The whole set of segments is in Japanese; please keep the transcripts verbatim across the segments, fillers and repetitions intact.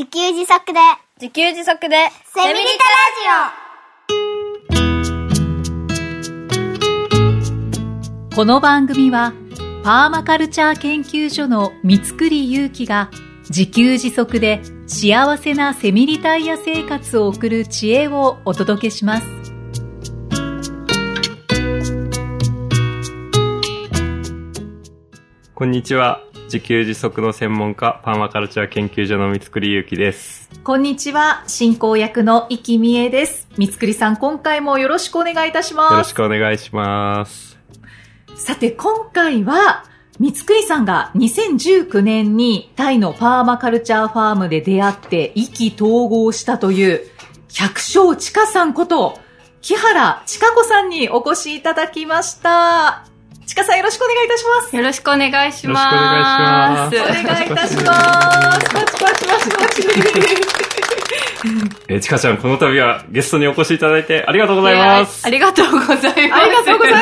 自給自足で自給自足でセミリタラジオ。この番組はパーマカルチャー研究所の三栗祐希が自給自足で幸せなセミリタイヤ生活を送る知恵をお届けします。 こんにちは。自給自足の専門家、パーマカルチャー研究所の三栗祐希です。 こんにちは。進行役の生きみえです。三栗さん、今回もよろしくお願いいたします。 よろしくお願いします。 さて、今回は三栗さんがにせんじゅうきゅうねんにタイのパーマカルチャーファームで出会って意気投合したという百姓ちかさんこと木原千佳子さんにお越しいただきました。ちかさん、よろしくお願いいたします。 よろしくお願いします。 よろしくお願いします。 お願いいたします。パチパチパチパチ。 え、ちかちゃん、この度はゲストにお越しいただいてありがとうございます。 ありがとうございます。ありがとうございます。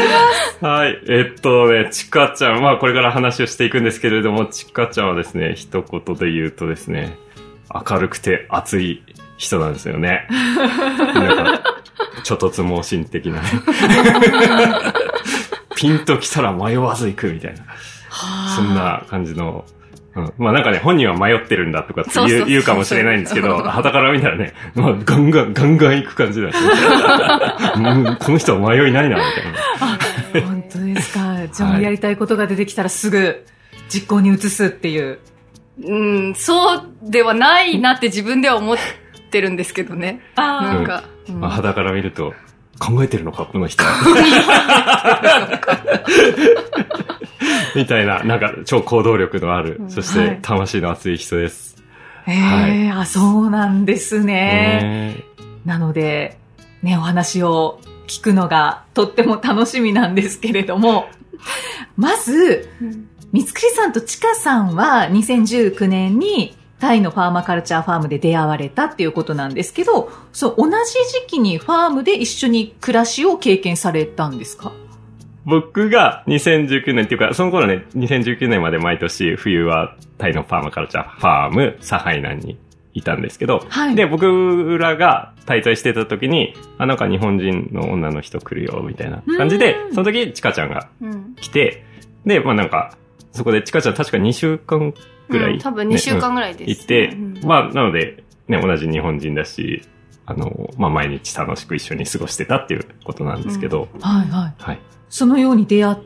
はい。えっとね、ちかちゃん、まあこれから話をしていくんですけれども、ちかちゃんはですね、一言で言うとですね、明るくて熱い人なんですよね。なんか、ちょっとつ盲信的なね。ピンと来たら迷わず行くみたいな。そんな感じの。うん、まあなんかね、本人は迷ってるんだとかって言う、言うかもしれないんですけど、傍から見たらね、まあ、ガンガン、ガンガン行く感じなんですよ。この人は迷いないな、みたいな。 本当ですか。じゃあやりたいことが出てきたらすぐ実行に移すっていう。 うん、そうではないなって自分では思ってるんですけどね。 あなんか。 うん、まあ、傍から見ると、考えてるのか、この人。みたいな、なんか超行動力のある、うん、そして魂の熱い人です。 はい、えー、はい、あ、そうなんですね。ねなので、ね、お話を聞くのがとっても楽しみなんですけれども、まず、うん、三栗さんとちかさんはにせんじゅうきゅうねんにタイのパーマカルチャーファームで出会われたっていうことなんですけど、そう、同じ時期にファームで一緒に暮らしを経験されたんですか？ 僕がにせんじゅうきゅうねんっていうか、その頃ね、にせんじゅうきゅうねんまで毎年冬はタイのパーマカルチャーファーム、サハイナンにいたんですけど、はい、で、僕らが滞在してた時に、あ、なんか日本人の女の人来るよ、みたいな感じで、その時、ちかちゃんが来て、うん、で、まあなんか、そこでちかちゃん確かにしゅうかんぐらい、ね、 うん、多分にしゅうかんぐらいです。 行って、うん、まあなので、ね、同じ日本人だし、あの、まあ毎日楽しく一緒に過ごしてたっていうことなんですけど、 うん、はいはい。はい。そのように出会って、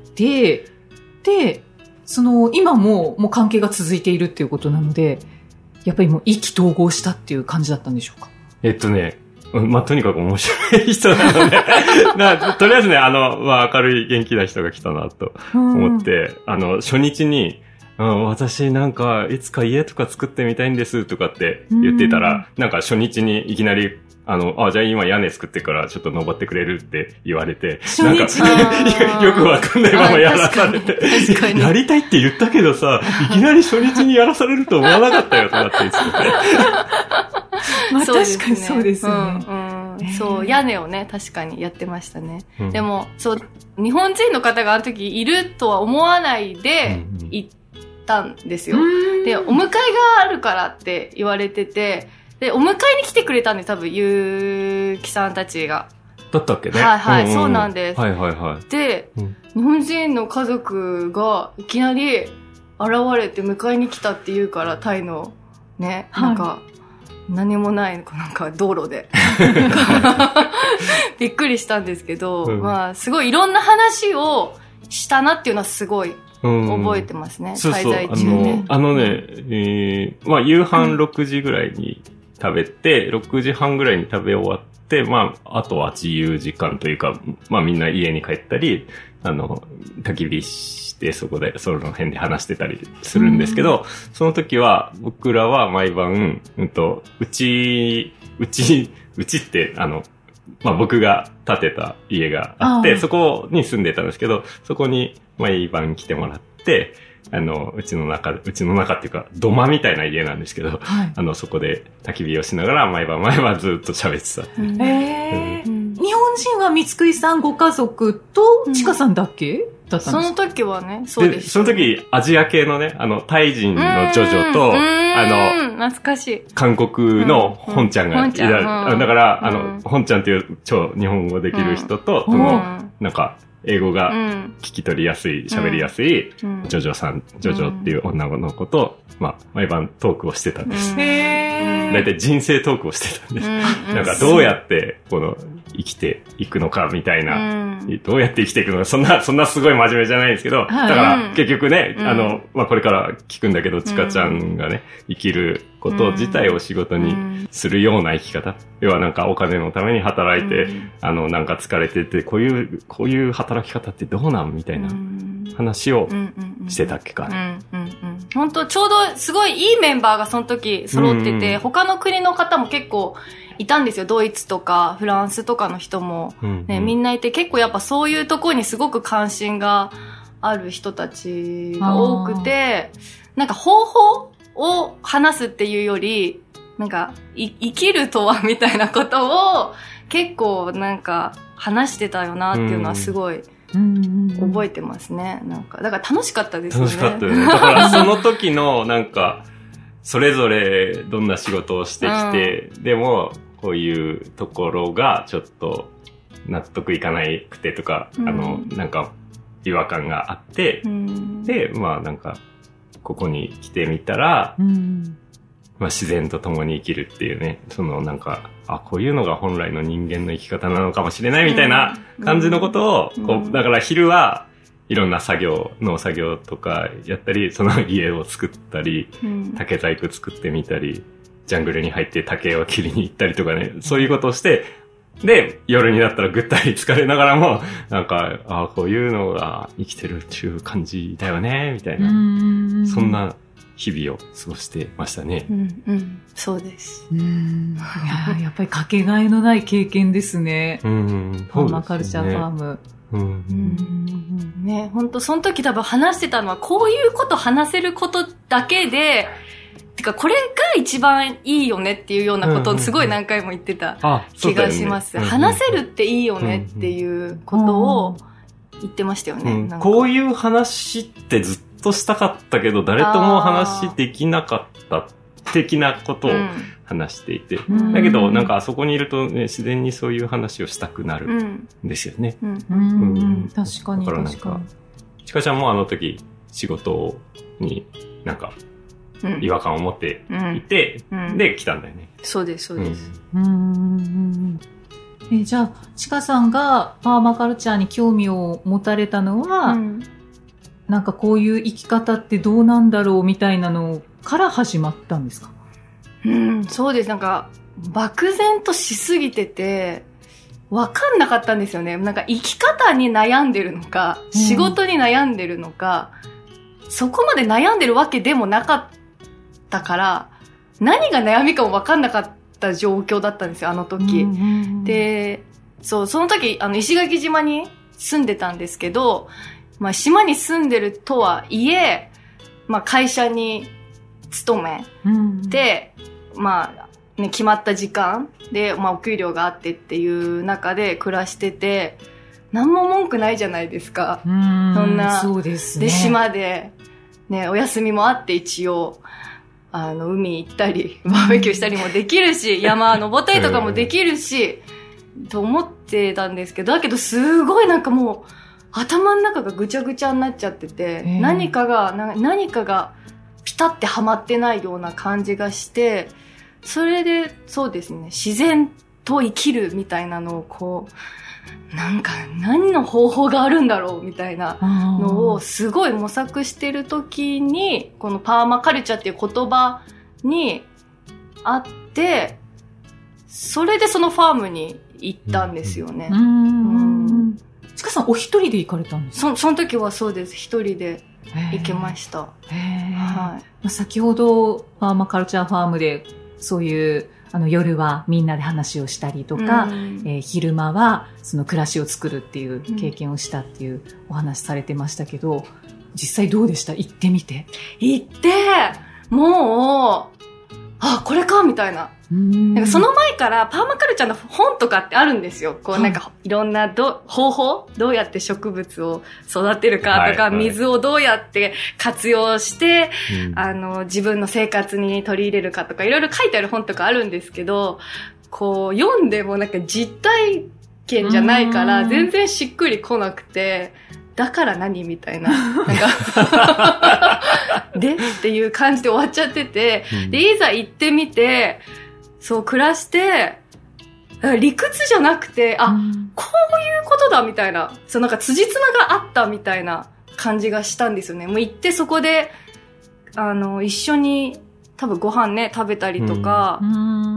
で、その、今も、もう関係が続いているっていうことなので、やっぱりもう意気投合したっていう感じだったんでしょうか？ えっとね、まあ、とにかく面白い人なので、なとりあえずね、あの、まあ、明るい元気な人が来たなと思って、あの、初日に、うん、私なんか、いつか家とか作ってみたいんですとかって言ってたら、なんか初日にいきなり、あの、あ、じゃあ今屋根作ってからちょっと登ってくれるって言われて、なんか、よくわかんないままやらされて、やりたいって言ったけどさ、いきなり初日にやらされると思わなかったよとかって言ってて。 まあ、確かにそうですよね。 うんうん、そう、屋根をね、確かにやってましたね。うん、でも、そう、日本人の方があの時いるとは思わないで行ったんですよ。で、お迎えがあるからって言われてて、で、お迎えに来てくれたんで、多分、ゆうきさんたちが。 だったっけね。 はいはい、うんうん、そうなんです。 はいはいはい。 で、うん、日本人の家族がいきなり現れて迎えに来たって言うから、タイのね、なんか、はい、何もない、なんか道路で。びっくりしたんですけど、うん、まあ、すごいいろんな話をしたなっていうのはすごい覚えてますね、うん、滞在中ね。 あの、あのね、えー、まあ、夕飯ろくじぐらいに、うん食べて、ろくじはんぐらいに食べ終わって、まあ、あとは自由時間というか、まあみんな家に帰ったり、あの、焚き火して、そこで、その辺で話してたりするんですけど、その時は、僕らは毎晩、うんと、うち、うち、うちって、あの、まあ僕が建てた家があって、そこに住んでたんですけど、そこに毎晩来てもらって、あの、うちの中、うちの中っていうか、土間みたいな家なんですけど、はい、あの、そこで焚き火をしながら、毎晩毎晩ずっと喋ってたっていう。 へー、うん。日本人は三栗さんご家族と、ちかさんだっけ？ だったんですか？ その時はね、そうです。 で、その時、アジア系のね、あの、タイ人のジョジョと、あの、 懐かしい。 韓国の本ちゃんがいた。 うん、 だから、あの、本ちゃんっていう超日本語できる人と、その、なんか、英語が聞き取りやすい、喋りやすい、ジョジョさん、ジョジョっていう女の子と、まあ、毎晩トークをしてたんです。 へー。 だいたい人生トークをしてたんです。なんか、どうやって、この、生きていくのかみたいな、どうやって生きていくのか、そんな、そんなすごい真面目じゃないんですけど、だから結局ね、あの、まあ、これから聞くんだけど、ちかちゃんがね、生きること自体を仕事にするような生き方。要はなんかお金のために働いて、あの、なんか疲れてて、こういう、こういう働き方ってどうなんみたいな話をしてたっけかな。 本当ちょうどすごいいいメンバーがその時揃ってて、他の国の方も結構、いたんですよ。ドイツとかフランスとかの人も、ね、うんうん、みんないて、結構やっぱそういうところにすごく関心がある人たちが多くて、なんか方法を話すっていうより、なんかい生きるとはみたいなことを結構なんか話してたよなっていうのはすごい覚えてますね。なんかだから楽しかったですよね。 楽しかったよね。だからその時のなんかそれぞれどんな仕事をしてきて、うん、でもこういうところがちょっと納得いかないくてとか、うん、あのなんか違和感があって、うん、でまあなんかここに来てみたら、うん、まあ自然と共に生きるっていうね、そのなんかあこういうのが本来の人間の生き方なのかもしれないみたいな感じのことを、こうだから昼はいろんな作業、農作業とかやったり、その家を作ったり、うん、竹細工作ってみたり、ジャングルに入って竹を切りに行ったりとかね、そういうことをして、で、夜になったらぐったり疲れながらも、なんか、ああ、こういうのが生きてるっていう感じだよね、みたいな、そんな日々を過ごしてましたね。 うんうん、そうです。 うん、いや、やっぱりかけがえのない経験ですね。うん、パーマカルチャーファーム。うんうんうん、ね、本当その時多分話してたのはこういうこと話せることだけで、てかこれが一番いいよねっていうようなことをすごい何回も言ってた気がします。うんうんうん、話せるっていいよねっていうことを言ってましたよね。うんうん、 こういう話ってずっとしたかったけど誰とも話できなかった的なことを話していて、うん、だけどなんかあそこにいると、ね、自然にそういう話をしたくなるんですよね。 うんうんうん、確かに。 だからなんかちかちゃんもあの時仕事になんか違和感を持っていて、うんうん、で来たんだよね。 そうですそうです。 うん、うんえじゃあちかさんがパーマカルチャーに興味を持たれたのは、うん、なんかこういう生き方ってどうなんだろうみたいなのから始まったんですか？ うん、そうです。なんか漠然としすぎてて分かんなかったんですよね。なんか生き方に悩んでるのか、うん、仕事に悩んでるのか、そこまで悩んでるわけでもなかったから何が悩みかも分かんなかった状況だったんですよ、あの時。うんうんうん、で、そう、その時あの石垣島に住んでたんですけど、まあ、島に住んでるとはいえ、まあ、会社に勤め、うん、で、まあ、ね、決まった時間で、まあ、お給料があってっていう中で暮らしてて、何も文句ないじゃないですか。 うん、 そんな、 そうですね。 で、島で、ね、お休みもあって一応、あの、海行ったり、バーベキューしたりもできるし、山登ったりとかもできるし、と思ってたんですけど、だけどすごいなんかもう、頭の中がぐちゃぐちゃになっちゃってて、何かが、な何かがピタってはまってないような感じがして、それで、そうですね、自然と生きるみたいなのをこう、なんか何の方法があるんだろうみたいなのをすごい模索してる時に、このパーマカルチャーっていう言葉にあって、それでそのファームに行ったんですよね。うん。 うん、ちかさんお一人で行かれたんですか？ そ、その時はそうです。一人で行けました。 へー。はい。先ほどパーマカルチャーファームでそういうあの夜はみんなで話をしたりとか、うんえー、昼間はその暮らしを作るっていう経験をしたっていうお話されてましたけど、うん、実際どうでした？行ってみて。 行って、もう、 あ、これかみたいな。なんかその前からパーマカルチャーの本とかってあるんですよ。こうなんかいろんなど方法どうやって植物を育てるかとか、はいはい、水をどうやって活用して、うん、あの自分の生活に取り入れるかとかいろいろ書いてある本とかあるんですけど、こう読んでもなんか実体験じゃないから全然しっくりこなくて、だから何みたいな。なんかでっていう感じで終わっちゃってて、うん、で、いざ行ってみて、そう、暮らして、理屈じゃなくて、あ、うん、こういうことだみたいな、そう、なんか辻褄があったみたいな感じがしたんですよね。もう行ってそこで、あの、一緒に多分ご飯ね、食べたりとか、うん、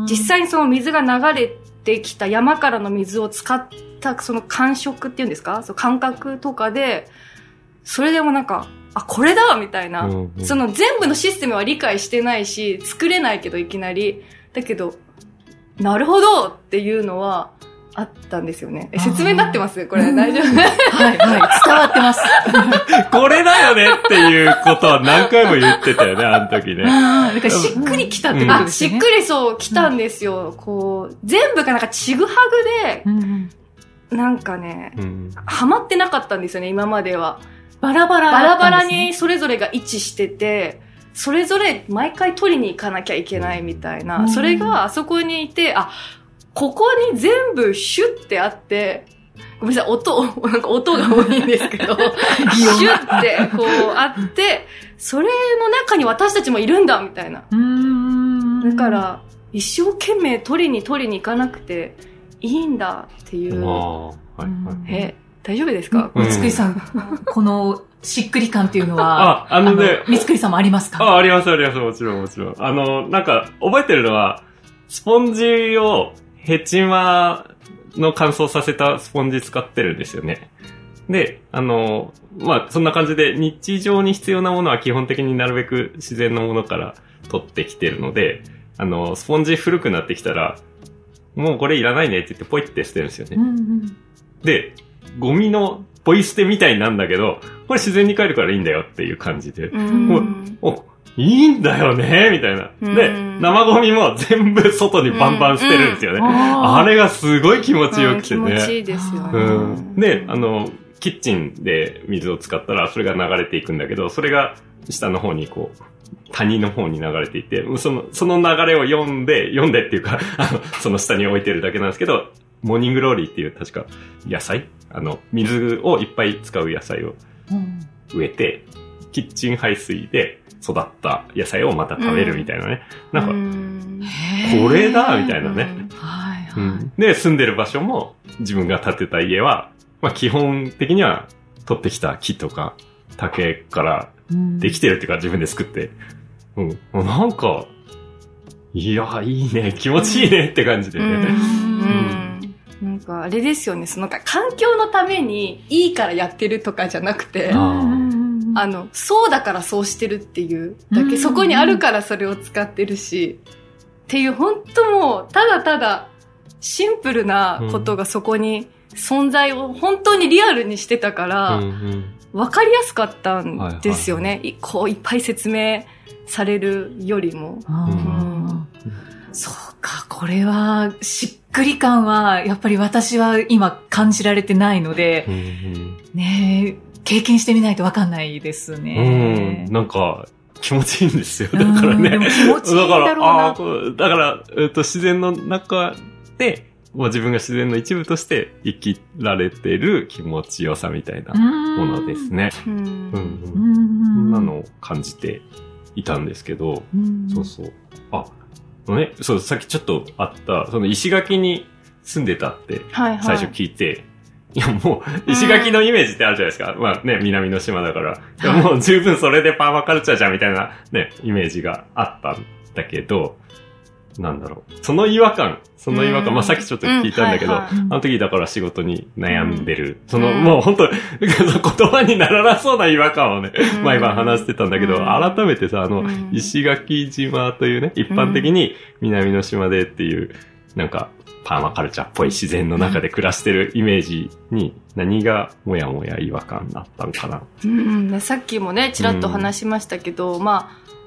実際にその水が流れてきた山からの水を使ったその感触っていうんですか、そう感覚とかで、それでもなんか、あ、これだみたいな、うんうん、その全部のシステムは理解してないし、作れないけどいきなり、だけど、なるほどっていうのはあったんですよね。え、説明になってますこれ大丈夫はいはい、伝わってます。 これだよねっていうことは何回も言ってたよね、あの時ね。 なんかしっくりきたってことですね。 あ、しっくりそう来たんですよ。うん、こう、全部がなんかちぐはぐで、うんなんかね、うん、ハマってなかったんですよね、今までは。 バラバラだったんですね。バラバラにそれぞれが位置してて、それぞれ毎回取りに行かなきゃいけないみたいな。うん、それがあそこにいて、あ、ここに全部シュッてあって、ごめんなさい、音、なんか音が多いんですけど、シュッてこうあって、それの中に私たちもいるんだみたいな。うーんだから、一生懸命取りに取りに行かなくて、いいんだっていう。はいはい、え、大丈夫ですか？ 三栗さん、このしっくり感っていうのは、 あ、あのね、 三栗さんもありますか？ あ、ありますあります、もちろんもちろん。あの、なんか、覚えてるのは、スポンジをヘチマの乾燥させたスポンジ使ってるんですよね。で、あの、まあ、そんな感じで日常に必要なものは基本的になるべく自然のものから取ってきてるので、あの、スポンジ古くなってきたら、もうこれいらないねって言ってポイって捨てるんですよね。うんうん、で、ゴミのポイ捨てみたいなんだけど、これ自然に帰るからいいんだよっていう感じで、うん、もう、お、いいんだよねみたいな。で、生ゴミも全部外にバンバン捨てるんですよね。うんうん、あれがすごい気持ちよくてね。 気持ちいいですよね。 うん、で、あの、キッチンで水を使ったらそれが流れていくんだけど、それが下の方にこう、谷の方に流れていて、その、その流れを読んで、読んでっていうか、あの、その下に置いてるだけなんですけど、モーニングローリーっていう確か野菜あの、水をいっぱい使う野菜を植えて、うん、キッチン排水で育った野菜をまた食べるみたいなね。うん、なんか、これだみたいなね、はいはいうん。で、住んでる場所も自分が建てた家は、まあ基本的には取ってきた木とか竹からできてるっていうか自分で作って、うん、もうなんか、いや、いいね、気持ちいいねって感じでね。うんうんなんかあれですよね、その環境のためにいいからやってるとかじゃなくて、あの、そうだからそうしてるっていうだけ、そこにあるからそれを使ってるし、っていう本当もう、ただただシンプルなことがそこに存在を本当にリアルにしてたから、わかりやすかったんですよね。はいはい、こういっぱい説明されるよりも。うん、 そうか、これはしっくり感はやっぱり私は今感じられてないので、うんうん、ねえ、経験してみないとわかんないですね。 うん、なんか気持ちいいんですよ。だからね。 でも気持ちいいんだろうな。だから、あだから、えっと、自然の中で、まあ、自分が自然の一部として生きられてる気持ちよさみたいなものですね。うんうんうん、そんなのを感じていたんですけど、そうそう。あ、ね、そう、さっきちょっとあった、その石垣に住んでたって最初聞いて、はいはい、いやもう石垣のイメージってあるじゃないですか。まあね、南の島だから。いやもう十分それでパーマカルチャーじゃんみたいなね、イメージがあったんだけど、なんだろう。その違和感、その違和感、まあさっきちょっと聞いたんだけど、うんはいはい、あの時だから仕事に悩んでる。うん、その、もう本当言葉にならなそうな違和感をね、うん、毎晩話してたんだけど、うん、改めてさ、あの、うん、石垣島というね、一般的に南の島でっていう、なんか、パーマカルチャーっぽい自然の中で暮らしてるイメージに何がもやもや違和感になったのかな。 うん、さっきもね、ちらっと話しましたけど、うん、まあ、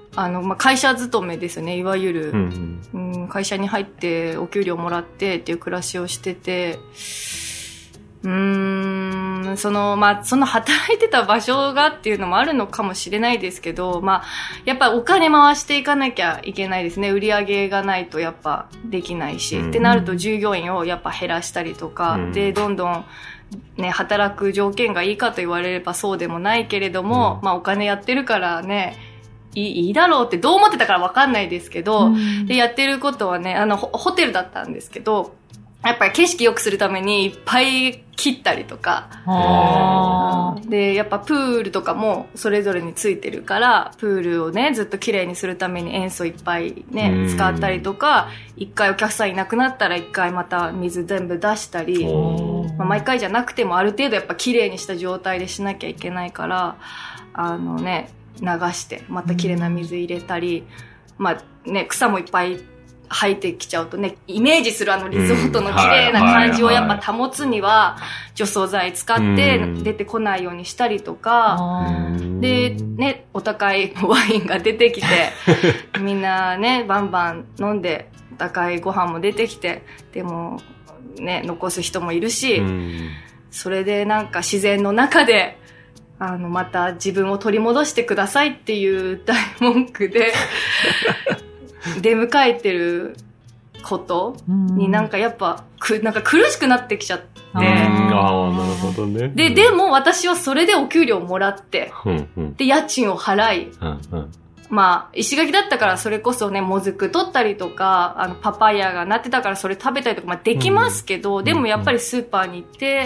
あの、まあ、会社勤めですよね、いわゆる、 うんうん、会社に入ってお給料もらってっていう暮らしをしてて、うーん、その、まあ、その働いてた場所がっていうのもあるのかもしれないですけど、まあ、やっぱお金回していかなきゃいけないですね。売り上げがないとやっぱできないし、うん、ってなると従業員をやっぱ減らしたりとか、うん、で、どんどんね、働く条件がいいかと言われればそうでもないけれども、うん、まあお金やってるからね、いい、いいだろうってどう思ってたからわかんないですけど、うん、で、やってることはね、あの、ホテルだったんですけど、やっぱり景色良くするためにいっぱい切ったりとか。で、やっぱプールとかもそれぞれについてるから、プールをね、ずっと綺麗にするために塩素いっぱいね、使ったりとか、一回お客さんいなくなったら一回また水全部出したり、まあ、毎回じゃなくてもある程度やっぱ綺麗にした状態でしなきゃいけないから、あのね、流して、また綺麗な水入れたり、まあね、草もいっぱい入ってきちゃうとね、イメージするあのリゾートの綺麗な感じをやっぱ保つには除草剤使って出てこないようにしたりとか、で、ね、お高いワインが出てきて、みんなね、バンバン飲んで、お高いご飯も出てきて、でもね、残す人もいるし、それでなんか自然の中で、あの、また自分を取り戻してくださいっていう大文句で、出迎えてることになんかやっぱくなんか苦しくなってきちゃって、 ああ、なるほどね。 で、でも私はそれでお給料をもらって、うんうん、で、家賃を払い、うんうん、まあ、石垣だったからそれこそね、もずく取ったりとか、あの、パパイヤがなってたからそれ食べたりとか、まあできますけど、うん、でもやっぱりスーパーに行って、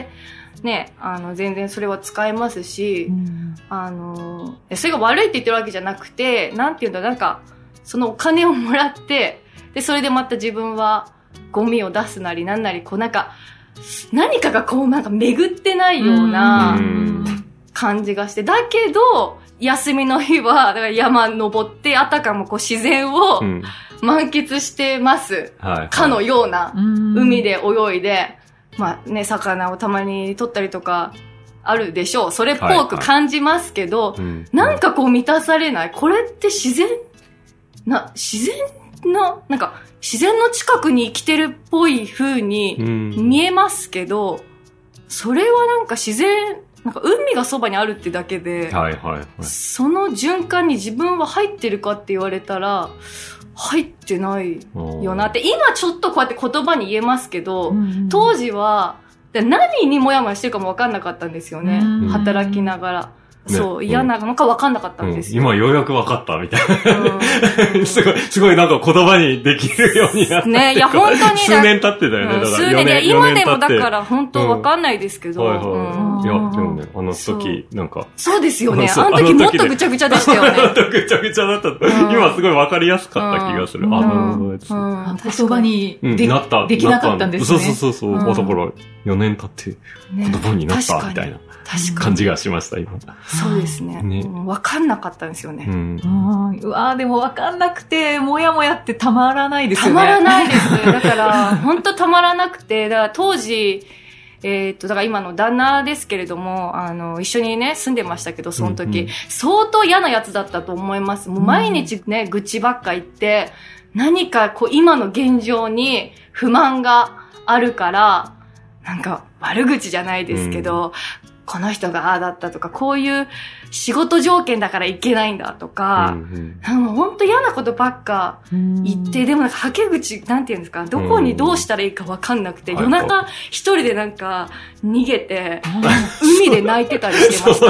ね、あの、全然それは使えますし、うん、あの、それが悪いって言ってるわけじゃなくて、なんていうんだ、なんか、そのお金をもらって、で、それでまた自分はゴミを出すなりなんなり、こうなんか、何かがこうなんか巡ってないような感じがして、だけど、休みの日は、だから山登って、あたかもこう自然を満喫してます。うん、はいはい、かのような、海で泳いで、まあね、魚をたまに取ったりとか、あるでしょう。それっぽく感じますけど、はいはいうん、なんかこう満たされない。これって自然な、自然な、なんか、自然の近くに生きてるっぽい風に見えますけど、うん、それはなんか自然、なんか海がそばにあるってだけで、はいはいはい、その循環に自分は入ってるかって言われたら、入ってないよなって、今ちょっとこうやって言葉に言えますけど、うん、当時は、何にもやもやしてるかも分かんなかったんですよね。うん、働きながら。ね、そう、嫌なのか分かんなかったんですよ。 うん、今ようやく分かったみたいな。うん、すごい、すごいなんか言葉にできるようになった。 ね、いや本当に。 数年経ってたよね。うん、だから数年で、今でもだから本当分かんないですけど。うんはいはいうん、いや、でもね、あの時、なんか。 そうですよね。あの時もっとぐちゃぐちゃでしたよね。 もっとぐちゃぐちゃだった。今すごい分かりやすかった気がする。うん、あ、なるほどです。 言葉にで、なった、できなかったんですね。 そうそうそう。だから、よねん経って言葉になったみたいな。感じがしました、今。 そうですね。ねうん、分かんなかったんですよね。うん、 うわでも分かんなくて、もやもやってたまらないですよね。 たまらないです。だから、本当たまらなくて、だから当時、えー、っと、だから今の旦那ですけれども、あの、一緒にね、住んでましたけど、その時、うんうん、相当嫌なやつだったと思います。もう毎日ね、愚痴ばっか言って、何かこう、今の現状に不満があるから、なんか悪口じゃないですけど、うんこの人がああだったとか、こういう仕事条件だからいけないんだとか、うんうん、なんか本当嫌なことばっか言って、でもなんかはけ口、なんていうんですか、どこにどうしたらいいかわかんなくて、夜中一人でなんか逃げて、海で泣いてたりしてました。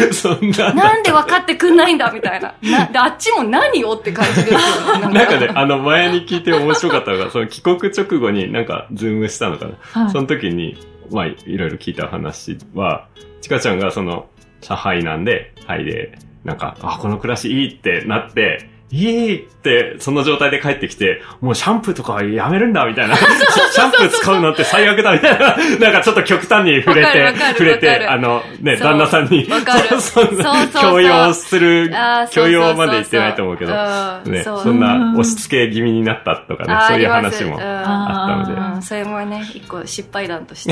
そんななんで分かってくんないんだみたいな。なであっちも何をって感じですよね。 なんかなんかね、あの前に聞いて面白かったのが、その帰国直後になんかズームしたのかな。はい、その時に、まあ、いろいろ聞いた話は、ちかちゃんがその、上海なんで、はいで、なんか、あ、この暮らしいいってなって、いいって、その状態で帰ってきて、もうシャンプーとかやめるんだ、みたいな。シャンプー使うなんて最悪だ、みたいな。なんかちょっと極端に触れて、触れて、あの、ね、旦那さんに、 そうそんな、強要する、強要まで言ってないと思うけど、ね、そんな押し付け気味になったとかね、そういう話もあったので。 それもね、一個失敗談として。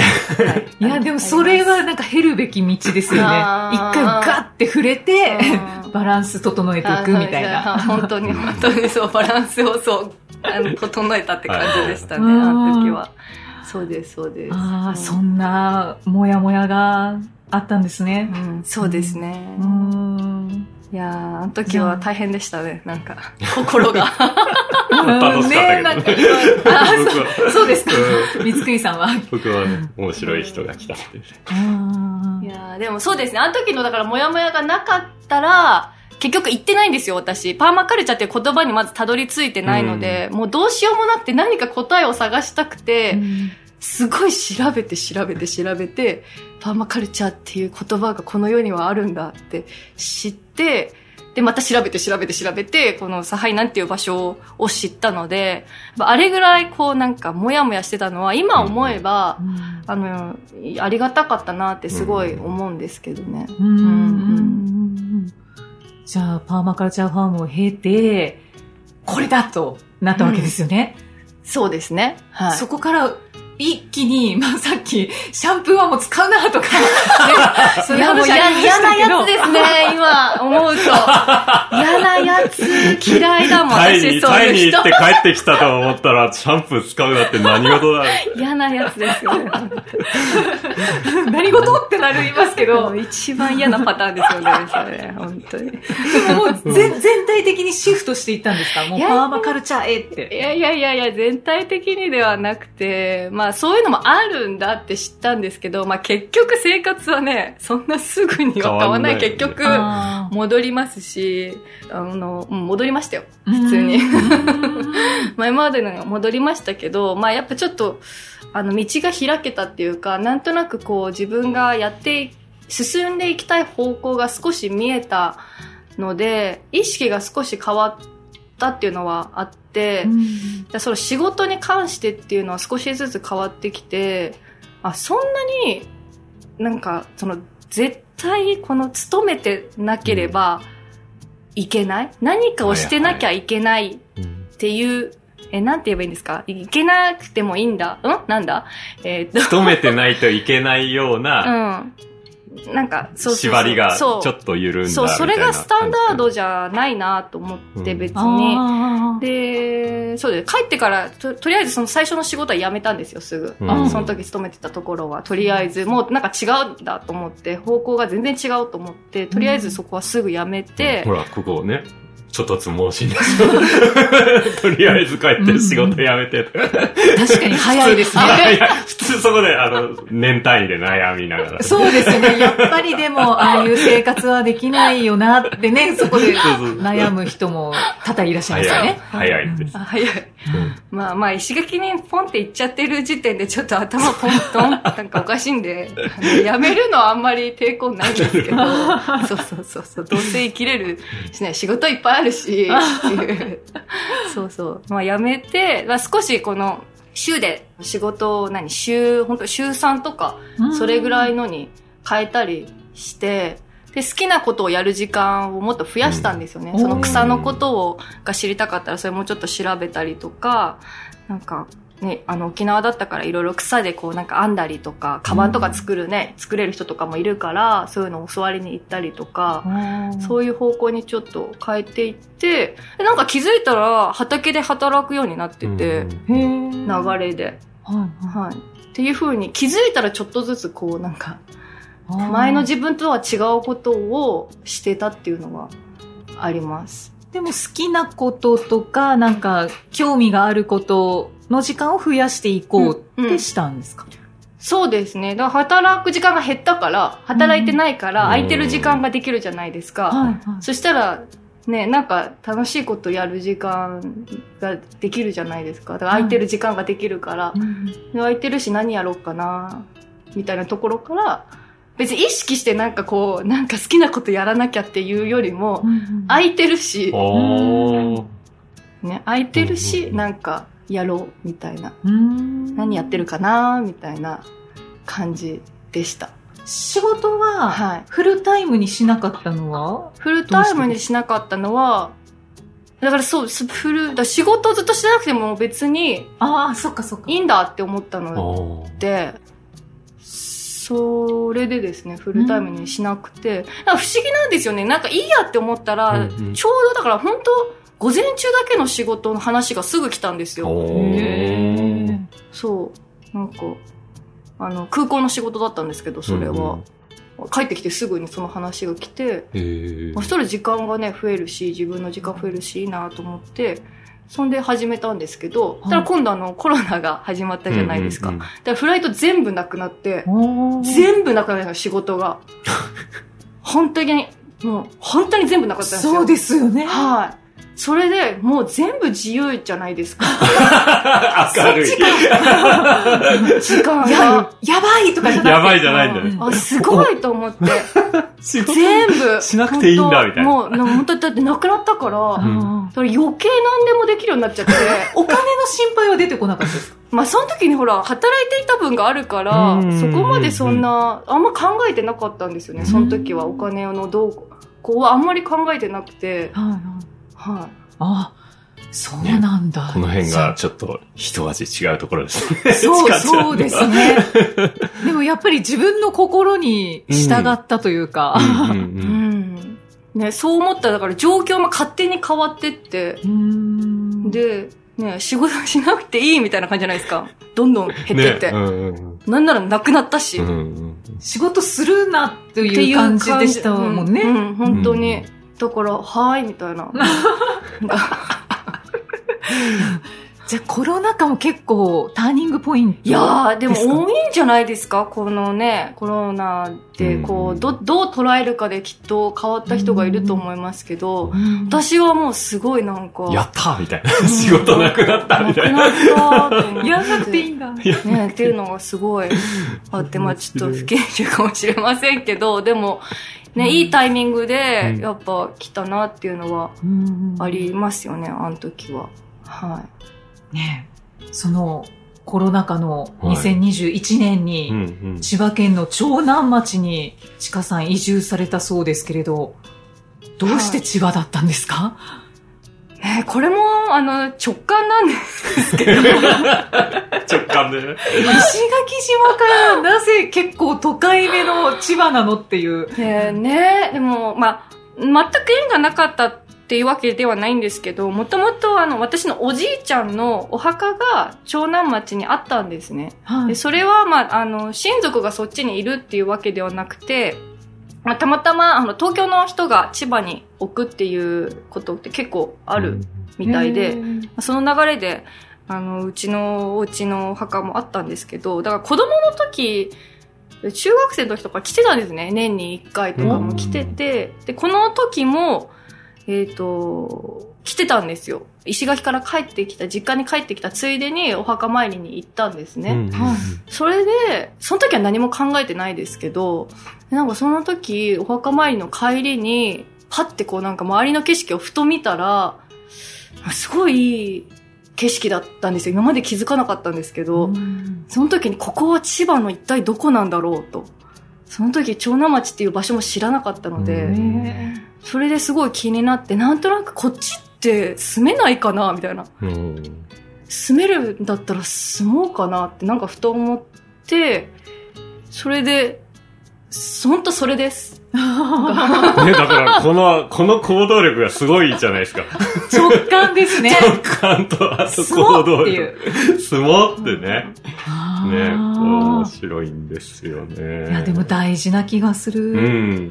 いや、でもそれはなんか経るべき道ですよね。一回ガッて触れて、バランス整えていくみたいな。 本当に本当にそう、バランスをそう、あの、整えたって感じでしたね、あの時は。そうです、そうです。 ああ、そんな、もやもやがあったんですね。 うん、そうですね。 うん。 いやー、あの時は大変でしたね、なんか、心が。 楽しかったけどね。なんか今あそう、そうですか。三國さんは。 僕はね、面白い人が来たって。 いやー、でもそうですね、あの時のだからもやもやがなかったら、結局言ってないんですよ、私。パーマカルチャーっていう言葉にまずたどり着いてないので、うん、もうどうしようもなくて何か答えを探したくて、うん、すごい調べて調べて調べて、パーマカルチャーっていう言葉がこの世にはあるんだって知って、で、また調べて調べて調べて、このサハイなんていう場所を知ったので、あれぐらいこうなんかもやもやしてたのは、今思えば、うん、あの、ありがたかったなってすごい思うんですけどね。うんうんうんじゃあ、パーマカルチャーファームを経て、これだとなったわけですよね。 うん、そうですね。はい。 そこから、一気に、まあ、さっき、シャンプーはもう使うなとか、ね、 そういう話ありましたけど。嫌なやつですね、今、思うと。嫌なやつ、嫌いだもん、 タイに、タイに行って帰ってきたと思ったら、シャンプー使うなって何事だ嫌なやつですよね。 何事ってなりますけど。 一番嫌なパターンですよね、それ。本当に。 もう全、全体的にシフトしていったんですかもうパーマカルチャーへって。 いやいやいやいや、全体的にではなくて、まあそういうのもあるんだって知ったんですけど、まあ結局生活はね、そんなすぐには変わんない。結局、戻りますし、あの、うん、戻りましたよ。普通に。前までの戻りましたけど、まあやっぱちょっと、あの、道が開けたっていうか、なんとなくこう自分がやって進んでいきたい方向が少し見えたので、意識が少し変わったっていうのはあって、うん、その仕事に関してっていうのは少しずつ変わってきて、あ、そんなになんかその絶対この勤めてなければいけない、何かをしてなきゃいけないっていう、はいはい、え、なんて言えばいいんですか？いけなくてもいいんだ。うんなんだえー、っと。 勤めてないといけないような、 うん。なんか、そうそうそう。 縛りがちょっと緩んだみたいな。 そう、それがスタンダードじゃないなと思って別に。うん、で、そうです。帰ってからと、とりあえずその最初の仕事は辞めたんですよ、すぐ。うん、その時勤めてたところは、とりあえず、もうなんか違うんだと思って、方向が全然違うと思って、とりあえずそこはすぐ辞めて。 うん、ほら、ここね。ちょっとつ盲信ですよ。とりあえず帰って仕事辞めて、うん。 確かに早いですね。 普通そこで、あの、年単位で悩みながら、ね。 そうですよね。やっぱりでも、ああいう生活はできないよなってね、そこで悩む人も多々いらっしゃいますよね。 早い。早いです。 早い。うん、まあまあ、石垣にポンって行っちゃってる時点でちょっと頭ポントンなんかおかしいんで、辞めるのはあんまり抵抗ないんですけど、そうそうそうそう、どうせ生きれるしね、仕事いっぱいあるし、そうそう。まあ辞めて、まあ、少しこの週で仕事を何、週、本当週さんとか、それぐらいのに変えたりして、で、好きなことをやる時間をもっと増やしたんですよね。うん、その草のことをが知りたかったらそれもちょっと調べたりとか、なんか、ね、あの沖縄だったからいろいろ草でこうなんか編んだりとか、カバンとか作るね、うん、作れる人とかもいるから、そういうのを教わりに行ったりとか、うん、そういう方向にちょっと変えていって、でなんか気づいたら畑で働くようになってて、うん、流れで、はいはい、っていう風に気づいたらちょっとずつこうなんか前の自分とは違うことをしてたっていうのはあります。 でも好きなこととかなんか興味があることの時間を増やしていこうってしたんですか？うんうん、 そうですね。だから働く時間が減ったから、働いてないから空いてる時間ができるじゃないですか。はいはい、そしたら、ね、なんか楽しいことやる時間ができるじゃないですか。だから空いてる時間ができるから、うん、空いてるし何やろうかな、みたいなところから、別に意識してなんかこう、なんか好きなことやらなきゃっていうよりも、うん、空いてるし、ね、空いてるし、なんか、やろうみたいな、うーん何やってるかなみたいな感じでした。 仕事はフルタイムにしなかったのは、はい、 フルタイムにしなかったのはだからそうフルだ仕事をずっとしてなくても別にああそっかそっかいいんだって思ったので、それでですねフルタイムにしなくて、なんか不思議なんですよね。なんかいいやって思ったら、うんうん、ちょうどだから本当午前中だけの仕事の話がすぐ来たんですよ。 へー。 そう。なんか、あの、空港の仕事だったんですけど、それは。うんうん、帰ってきてすぐにその話が来て、そしたら時間がね、増えるし、自分の時間増えるし、いいなと思って、そんで始めたんですけど、ただ今度あの、コロナが始まったじゃないですか。うんうんうん、だからフライト全部なくなって、全部なくなった仕事が。本当に、もう、本当に全部なかったんですよ。 そうですよね。 はい。それで、もう全部自由じゃないですか。 明るい。 時間が。 や、やばいとかじゃなくて。 やばいじゃないんだね。 あ、すごいと思って。全部。 しなくていいんだ、みたいな。 もう、本当だってなくなったから、うん、それ余計何でもできるようになっちゃって。 お金の心配は出てこなかったですか？ まあ、その時にほら、働いていた分があるから、そこまでそんな、あんま考えてなかったんですよね。その時はお金のどうこうはあんまり考えてなくて。はいはい。はい。 あ、そうなんだ、 ね。この辺がちょっと一味違うところですね。 そう、そうですね。でもやっぱり自分の心に従ったというか。 うんうんうん、ね、そう思ったらだから状況も勝手に変わってって、うーんで、ね、仕事しなくていいみたいな感じじゃないですか。どんどん減ってって。ね、うんうん、なんならなくなったし、うんうん。 仕事するなっていう感じでしたもんね。 うん、うん、本当に。うんだから、はーい、みたいな。 じゃあ、コロナ禍も結構ターニングポイントですか？ いやー、でも多いんじゃないですか？このね、コロナで、こう、ど、どう捉えるかできっと変わった人がいると思いますけど、私はもうすごいなんか。 やったーみたいな。仕事なくなったみたいな。 なくなったーと思って。 やんなくていいんだ。 ね、っていうのがすごいあって、まあちょっと不謹慎かもしれませんけど、でも、ね、いいタイミングで、やっぱ来たなっていうのはありますよね、あの時は。はい。 ね、そのコロナ禍のにせんにじゅういちねんに、千葉県の長南町にちかさん移住されたそうですけれど、どうして千葉だったんですか？はい、 ね、これも、あの、直感なんですけど。 直感でね。 石垣島からなぜ結構都会目の千葉なのっていう。 ねえ、ねでも、まあ、全く縁がなかったっていうわけではないんですけど、もともとあの、私のおじいちゃんのお墓が長南町にあったんですね。はい、でそれは、まあ、あの、親族がそっちにいるっていうわけではなくて、まあ、たまたま、あの、東京の人が千葉に置くっていうことって結構あるみたいで、うん、その流れで、あの、うちのお家のお墓もあったんですけど、だから子供の時、中学生の時とか来てたんですね。年にいっかいとかも来てて、で、この時も、えっと、来てたんですよ。石垣から帰ってきた、実家に帰ってきたついでにお墓参りに行ったんですね。うんうん、それで、その時は何も考えてないですけど、なんかその時、お墓参りの帰りに、パッてこうなんか周りの景色をふと見たら、すごいいい景色だったんですよ。今まで気づかなかったんですけど、その時にここは千葉の一体どこなんだろうと。その時、長南町っていう場所も知らなかったので、それですごい気になって、なんとなくこっちって住めないかなみたいな。住めるんだったら住もうかなってなんかふと思って、それで、ほんとそれです。 ね、だからこの、この行動力がすごいじゃないですか。 直感ですね。 直感と、あと行動力。相撲ってね。ね、面白いんですよね。 いや、でも大事な気がする。 うん、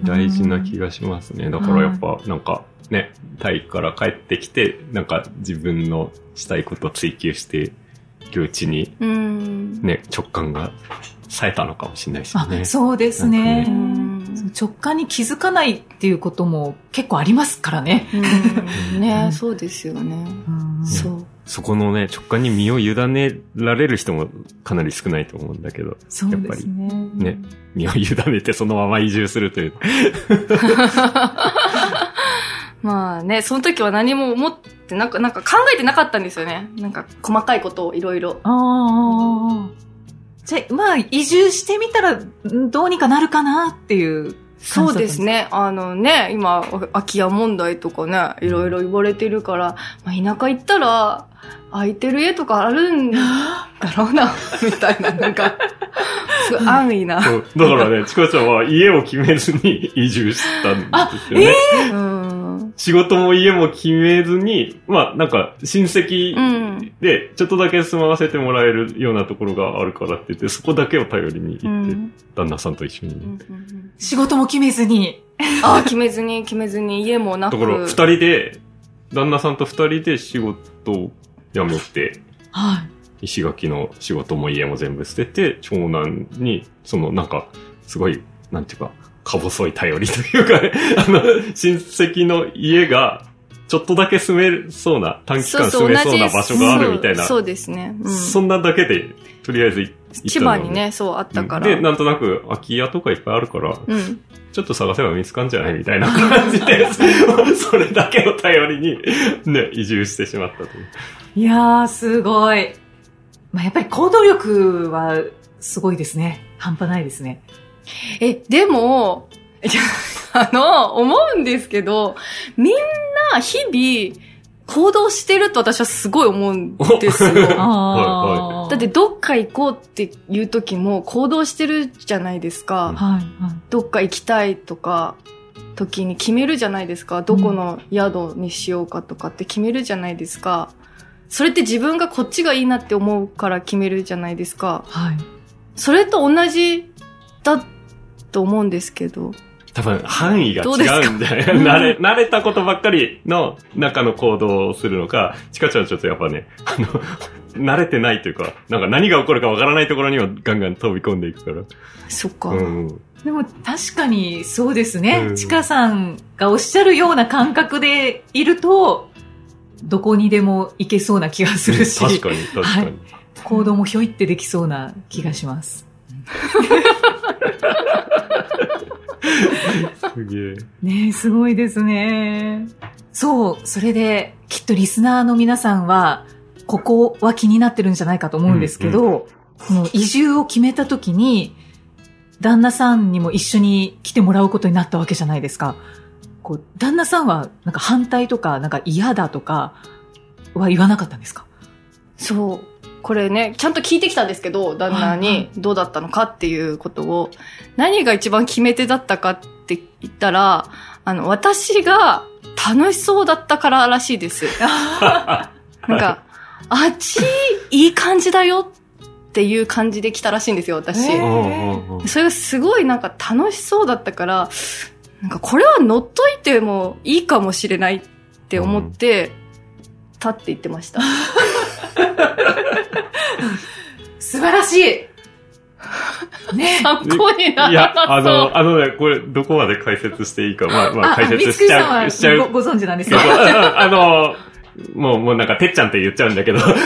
大事な気がしますね。だからやっぱ、なんか、ね、タイから帰ってきて、なんか自分のしたいことを追求してるうちに、ね、直感が冴えたのかもしれないですよね。 あ、そうですね。直感に気づかないっていうことも結構ありますからね。 うんね、そうですよね。そう。 そこのね、直感に身を委ねられる人もかなり少ないと思うんだけど、 そうですね。 やっぱりね、身を委ねてそのまま移住するという。 まあね、その時は何も思ってなんか、なんか考えてなかったんですよね。なんか細かいことをいろいろ。ああ。じゃあ、まあ、移住してみたら、どうにかなるかなっていう感じだったんですか？そうですね。あのね、今、空き家問題とかね、いろいろ言われてるから、まあ、田舎行ったら、空いてる家とかあるんだろうな、みたいな、なんか、すごい安易な。 だからね、ちかちゃんは家を決めずに移住したんですよね。 あ、えー、うん仕事も家も決めずに、まあなんか親戚でちょっとだけ住まわせてもらえるようなところがあるからって言って、そこだけを頼りに行って、うん、旦那さんと一緒に、ねうんうんうん。 仕事も決めずに。 ああ、決めずに決めずに家もなく。 だから二人で、旦那さんと二人で仕事を辞めて、はい。石垣の仕事も家も全部捨てて、長男に、そのなんか、すごい、なんていうか、か細い頼りというかね、あの、親戚の家が、ちょっとだけ住めそうな、短期間住めそうな場所があるみたいな。 そう、そうですね、 うん。 そんなだけで、とりあえず行ったの。 千葉にね、そうあったから。 で、なんとなく空き家とかいっぱいあるから、うん、ちょっと探せば見つかんじゃないみたいな感じで、それだけを頼りに、ね、移住してしまったという。 いやー、すごい。まあ、やっぱり行動力はすごいですね。半端ないですね。 え、でも、あの、思うんですけど、みんな日々行動してると私はすごい思うんですよ。あだってどっか行こうっていう時も行動してるじゃないですか。はいはい、どっか行きたいとか、時に決めるじゃないですか。どこの宿にしようかとかって決めるじゃないですか。それって自分がこっちがいいなって思うから決めるじゃないですか。はい、それと同じだと思うんですけど。 多分範囲が違うんで、慣れ、慣れたことばっかりの中の行動をするのか、ちかちゃんはちょっとやっぱね、あの、慣れてないというか、なんか何が起こるかわからないところにはガンガン飛び込んでいくから。 そっか。 うん、でも確かにそうですね。ちかさんがおっしゃるような感覚でいると、どこにでも行けそうな気がするし。 確かに、確かに、はい。 行動もひょいってできそうな気がします。 すげえ。 ねえ、すごいですね。そう、それで、きっとリスナーの皆さんは、ここは気になってるんじゃないかと思うんですけど、うんうん、この移住を決めた時に、旦那さんにも一緒に来てもらうことになったわけじゃないですか。こう旦那さんは、なんか反対とか、なんか嫌だとかは言わなかったんですか？ そう。これね、ちゃんと聞いてきたんですけど、旦那にどうだったのかっていうことを、何が一番決め手だったかって言ったら、あの、私が楽しそうだったかららしいです。なんか、あっちいい感じだよっていう感じで来たらしいんですよ、私。それがすごいなんか楽しそうだったから、なんかこれは乗っといてもいいかもしれないって思って、たって言ってました。 素晴らしい。ね、 参考になる。 いや、あの、あのね、これ、どこまで解説していいか、まあ、まあ、解説しちゃう。しちゃう。 ご存知なんですか？ あの、もう、もうなんか、てっちゃんって言っちゃうんだけど、はい、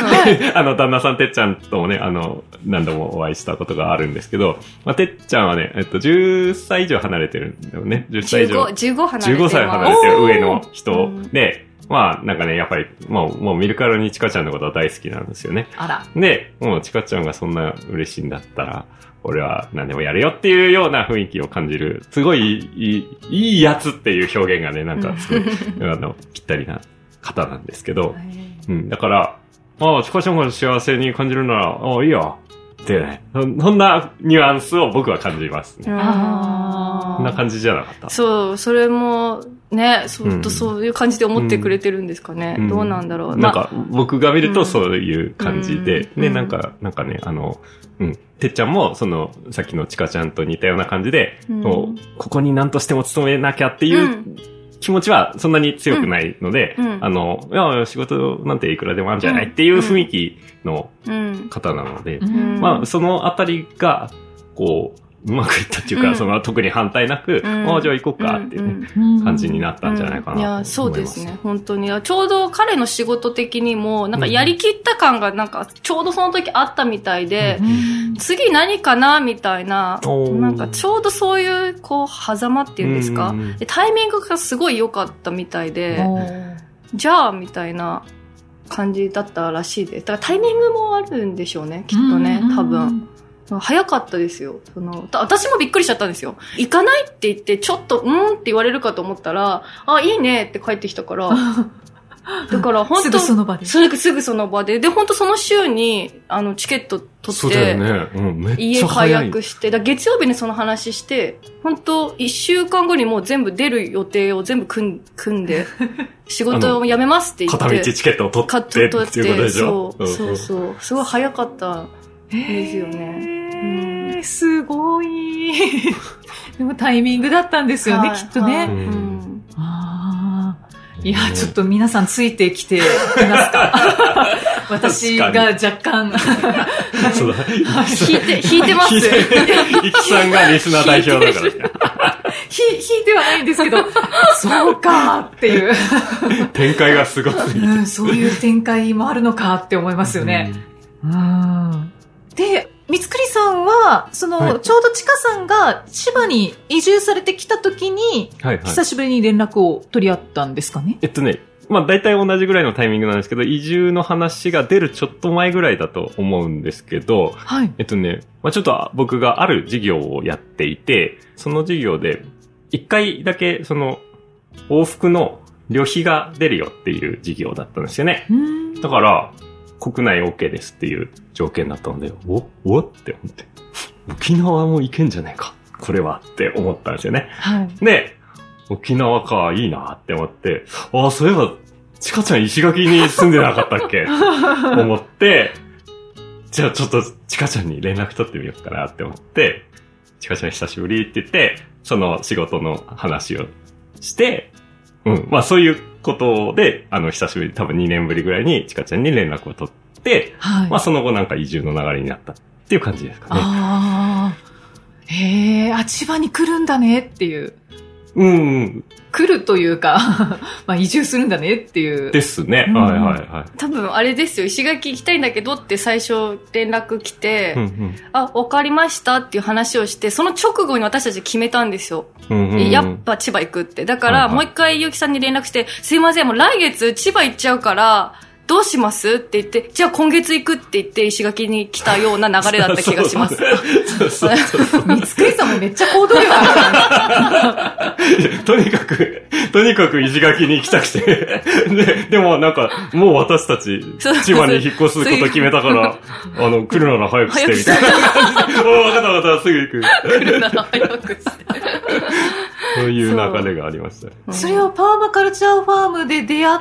あの、旦那さんてっちゃんともね、あの、何度もお会いしたことがあるんですけど、まあ、てっちゃんはね、えっと、じゅっさい以上離れてるんだよね。じゅっさい以上。 じゅうご、じゅうご離れてる。 じゅうごさい離れてる上の人で、まあ、なんかね、やっぱり、もう、もう見るからにちかちゃんのことは大好きなんですよね。 あら。 で、もうちかちゃんがそんな嬉しいんだったら、俺は何でもやるよっていうような雰囲気を感じる、すごいいい、いいやつっていう表現がね、なんかすごい、あの、ぴったりな方なんですけど、うん、だから、ああ、ちかちゃんが幸せに感じるなら、ああ、いいよ。ってね、そんなニュアンスを僕は感じますね。あそんな感じじゃなかった。 そう、それも、ね、そう、うん、そういう感じで思ってくれてるんですかね。うん、どうなんだろう。 なんか、僕が見るとそういう感じで、うん、ね、なんか、なんかね、あの、うん、てっちゃんも、その、さっきのちかちゃんと似たような感じで、うん、こうここに何としても勤めなきゃっていう、うん気持ちはそんなに強くないので、うん、あの、いや、仕事なんていくらでもあるんじゃないっていう雰囲気の方なので、うん、まあ、そのあたりが、こう、うまくいったっていうか、うん、その特に反対なく、うん、ああ、じゃあ行こうかっていうね、うん、感じになったんじゃないかなと思います。うん、いや、 そうですね、本当に。ちょうど彼の仕事的にも、なんかやりきった感がなんかちょうどその時あったみたいで、うん、次何かなみたいな、なんかちょうどそういう、こう、狭間っていうんですか、うん、でタイミングがすごい良かったみたいで、じゃあ、みたいな感じだったらしいです。だからタイミングもあるんでしょうね、きっとね、多分。早かったですよ。その、私もびっくりしちゃったんですよ。行かないって言って、ちょっと、うんって言われるかと思ったら、あ、いいねって帰ってきたから、 だから本当すぐその場で。 それすぐその場で。で、本当その週に、あの、チケット取って、 そうだよね。うん、めっち家ゃ早い。 解約して、だ月曜日にその話して、本当一週間後にもう全部出る予定を全部組ん組んで、仕事を辞めますって言って。 片道チケットを取ってっていうことでしょ。 そう、そうそう。すごい早かったですよね。 えー、すごい。でもタイミングだったんですよね、きっとね。 うんあいや、ちょっと皆さんついてきていますか私が若干そうだ。 引いて、引いてます。 いきさんがリスナー代表だから。 ひ、引いてはないんですけど、そうかっていう。 展開がすごすぎて、 うん。そういう展開もあるのかって思いますよね。うん。で、三つくりさんは、その、はい、ちょうどちかさんが千葉に移住されてきた時に、はいはい、久しぶりに連絡を取り合ったんですかね？ えっとね、まあ大体同じぐらいのタイミングなんですけど、移住の話が出るちょっと前ぐらいだと思うんですけど、はい、えっとね、まあちょっと僕がある事業をやっていて、その事業で一回だけその往復の旅費が出るよっていう事業だったんですよね。だから、国内 OK ですっていう条件だったので、おおって思って。沖縄も行けんじゃねえか。これはって思ったんですよね。はい。で、沖縄か、いいなって思って、ああ、そういえば、ちかちゃん石垣に住んでなかったっけ思って、じゃあちょっとちかちゃんに連絡取ってみようかなって思って、ちかちゃん久しぶりって言って、その仕事の話をして、うん。まあそういうことで、あの、久しぶり、多分にねんぶりぐらいにちかちゃんに連絡を取って、はい。まあその後なんか移住の流れになったっていう感じですかね。 ああ。へえ、あ、千葉に来るんだねっていう。 うん。 来るというか、まあ移住するんだねっていう。 ですね。うん、はいはいはい。 多分あれですよ、石垣行きたいんだけどって最初連絡来て、うんうん、あ、わかりましたっていう話をして、その直後に私たち決めたんですよ。うんうんうん、やっぱ千葉行くって。だからもう一回ゆうきさんに連絡して、すいません、もう来月千葉行っちゃうから、どうしますって言って、じゃあ今月行くって言って石垣に来たような流れだった気がします。 そうそうそう。 三つくりさんもめっちゃ行動力ある。とにかく、とにかく石垣に行きたくて。で、でもなんか、もう私たち、千葉に引っ越すこと決めたから、あの、来るなら早くしてみたいな感じで。おー、わかったわかった、すぐ行く。 来るなら早くして。 そういう流れがありましたね。 そ, それをパーマカルチャーファームで出会って、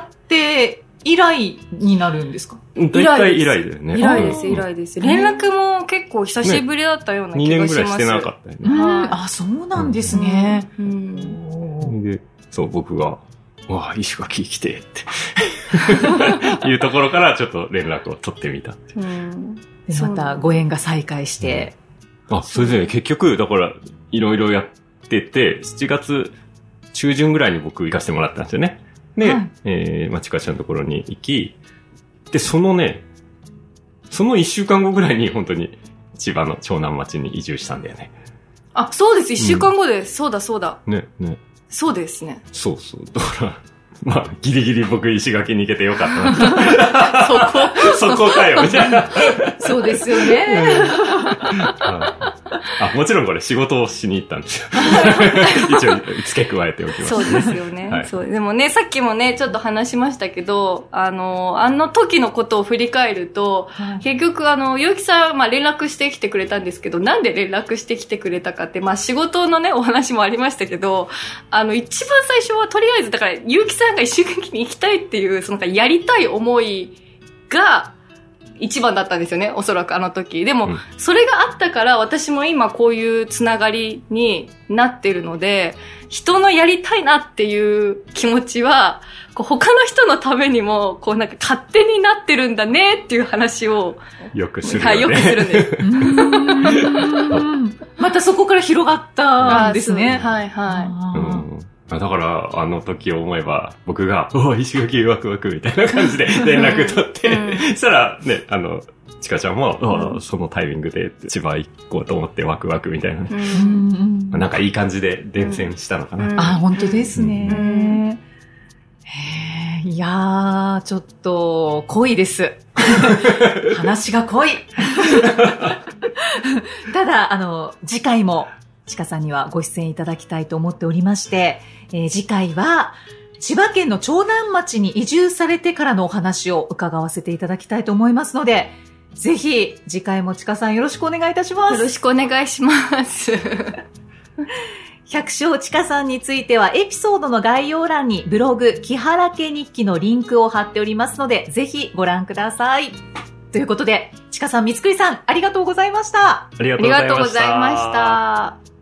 以来になるんですか？ 大体以来だよね。 以来です、以来です。連絡も結構久しぶりだったような気がします。 ね、にねんぐらいしてなかったよね。 うん、あ、そうなんですね。うんうん、で、そう、僕が、わあ、石垣来てっていうところからちょっと連絡を取ってみたって。うん、 でまたご縁が再開して。 うん、あ、それでね、結局、だから、いろいろやってて、しちがつ中旬ぐらいに僕行かせてもらったんですよね。で、はい、えー、まちかちゃんのところに行き、で、そのね、その一週間後ぐらいに本当に千葉の長南町に移住したんだよね。 あ、そうです。一週間後です。うん、そうだそうだ。 ね、ね。 そうですね。 そうそう。だから、まあ、ギリギリ僕石垣に行けてよかったな。 そこそこかよ、みたいな。 そうですよね。 あ、もちろんこれ仕事をしに行ったんですよ。一応付け加えておきます、 ね。そうですよね、はい。そう。でもね、さっきもね、ちょっと話しましたけど、あの、あの時のことを振り返ると、はい、結局あの、ゆうきさん、まあ連絡してきてくれたんですけど、なんで連絡してきてくれたかって、まあ仕事のね、お話もありましたけど、あの、一番最初はとりあえず、だから、ゆうきさんが石垣に行きたいっていう、そのやりたい思いが、一番だったんですよね、おそらくあの時。でも、うん、それがあったから私も今こういうつながりになってるので、人のやりたいなっていう気持ちは、こう他の人のためにも、こうなんか勝手になってるんだねっていう話を。 よくするよね。 はい、よくするんです。 またそこから広がったんですね。 はいはい。うんだから、あの時を思えば、僕が、おぉ、石垣ワクワクみたいな感じで連絡取って、うん、そしたら、ね、あの、ちかちゃんも、うん、そのタイミングで千葉行こうと思ってワクワクみたいな、ねうん、なんかいい感じで伝染したのかな。うん、 あ、本当ですね。うん、へーいやー、ちょっと、濃いです。話が濃い。ただ、あの、次回も、ちかさんにはご出演いただきたいと思っておりまして、えー、次回は、 千葉県の長南町に移住されてからのお話を伺わせていただきたいと思いますので、ぜひ次回もちかさんよろしくお願いいたします。 よろしくお願いします。 百姓ちかさんについてはエピソードの概要欄にブログ木原家日記のリンクを貼っておりますので、ぜひご覧ください。ということで、ちかさん、みつくりさん、ありがとうございました。 ありがとうございました。 ありがとうございました。